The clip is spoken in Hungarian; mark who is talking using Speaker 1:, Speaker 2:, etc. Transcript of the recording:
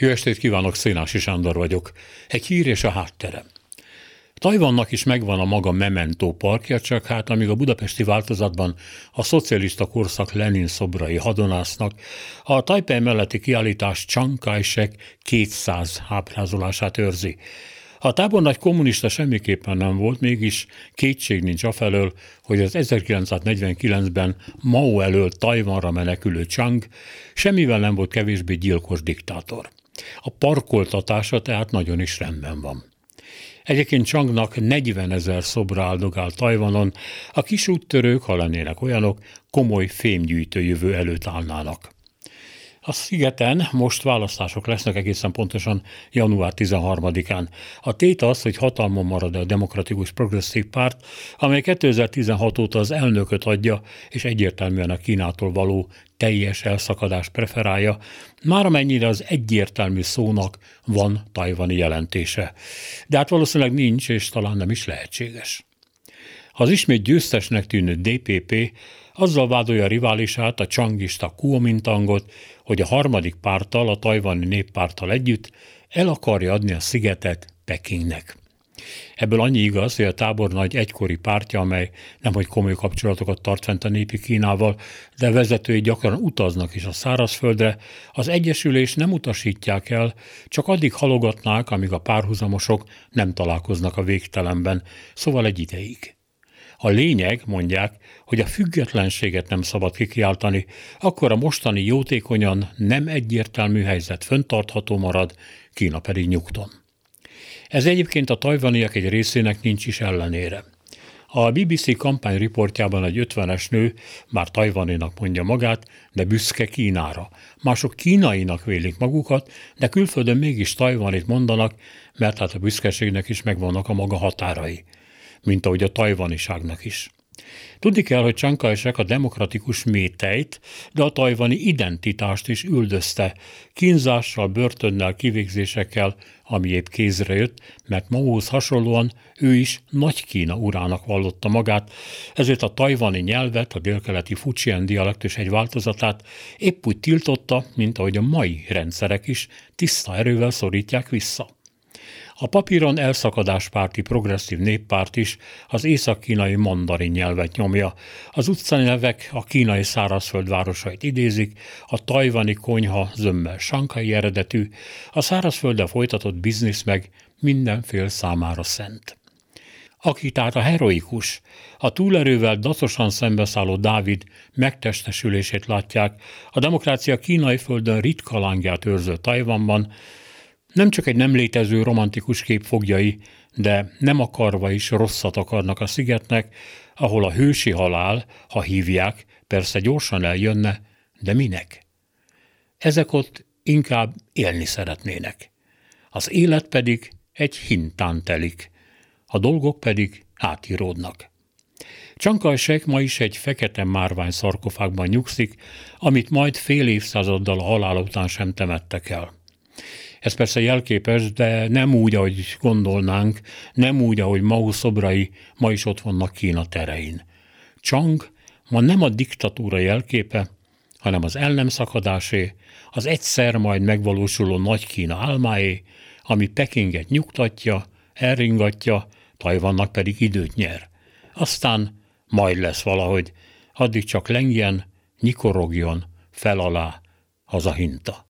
Speaker 1: Jó estét kívánok, Szénási Sándor vagyok. Egy hír és a háttere. Tajvannak is megvan a maga Memento parkja, csak amíg a budapesti változatban a szocialista korszak Lenin szobrai hadonásznak, a Tajpej melletti kiállítás Chiang Kai-shek 200 ábrázolását őrzi. A tábornagy kommunista semmiképpen nem volt, mégis kétség nincs afelől, hogy az 1949-ben Mao elől Tajvanra menekülő Chiang semmivel nem volt kevésbé gyilkos diktátor. A parkoltatása tehát nagyon is rendben van. Egyébként Chiangnak 40 000 szobra áldogál Tajvanon, a kis úttörők, ha lennének olyanok, komoly fémgyűjtő jövő előtt állnának. A szigeten most választások lesznek, egészen pontosan január 13-án. A tét az, hogy hatalmon marad a Demokratikus Progresszív Párt, amely 2016 óta az elnököt adja, és egyértelműen a Kínától való teljes elszakadást preferálja, már amennyire az egyértelmű szónak van tajvani jelentése. De hát valószínűleg nincs, és talán nem is lehetséges. Az ismét győztesnek tűnő DPP azzal vádolja a riválisát, a csangista Kuomintangot, hogy a harmadik párttal, a tajvani néppárttal együtt el akarja adni a szigetet Pekingnek. Ebből annyi igaz, hogy a tábornagy egykori pártja, amely nemhogy komoly kapcsolatokat tart fent a népi Kínával, de vezetői gyakran utaznak is a szárazföldre, az egyesülést nem utasítják el, csak addig halogatnák, amíg a párhuzamosok nem találkoznak a végtelenben, szóval egy ideig. A lényeg, mondják, hogy a függetlenséget nem szabad kikiáltani, akkor a mostani jótékonyan nem egyértelmű helyzet fenntartható marad, Kína pedig nyugton. Ez egyébként a tajvaniak egy részének nincs is ellenére. A BBC kampányriportjában egy 50-es nő, bár tajvaninak mondja magát, de büszke Kínára. Mások kínainak vélik magukat, de külföldön mégis tajvanit mondanak, mert hát a büszkeségnek is megvannak a maga határai, mint ahogy a tajvaniságnak is. Tudni kell, hogy Chiang Kai-shek a demokratikus métejt, de a tajvani identitást is üldözte, kínzással, börtönnel, kivégzésekkel, ami épp kézre jött, mert Maóhoz hasonlóan ő is Nagy-Kína urának vallotta magát, ezért a tajvani nyelvet, a délkeleti Fujian dialektus egy változatát épp úgy tiltotta, mint ahogy a mai rendszerek is tiszta erővel szorítják vissza. A papíron elszakadáspárti progresszív néppárt is az észak-kínai mandarin nyelvet nyomja. Az utcanevek a kínai szárazföld városait idézik, a tajvani konyha zömmel sankai eredetű, a szárazfölddel folytatott biznisz meg mindenfél számára szent. Aki tehát a heroikus, a túlerővel dacosan szembeszálló Dávid megtestesülését látják, a demokrácia kínai földön ritka lángját őrző Tajvanban, nem csak egy nem létező romantikus kép foglyai, de nem akarva is rosszat akarnak a szigetnek, ahol a hősi halál, ha hívják, persze gyorsan eljönne, de minek? Ezek ott inkább élni szeretnének. Az élet pedig egy hintán telik, a dolgok pedig átíródnak. Chiang Kai-shek ma is egy fekete márvány szarkofágban nyugszik, amit majd fél évszázaddal a halála után sem temettek el. Ez persze jelképes, de nem úgy, ahogy gondolnánk, nem úgy, ahogy Mao szobrai ma is ott vannak Kína terein. Chiang ma nem a diktatúra jelképe, hanem az el nem szakadásé, az egyszer majd megvalósuló Nagy-Kína álmáé, ami Pekinget nyugtatja, elringatja, Tajvannak pedig időt nyer. Aztán majd lesz valahogy, addig csak lengjen, nyikorogjon, fel alá, haza hinta.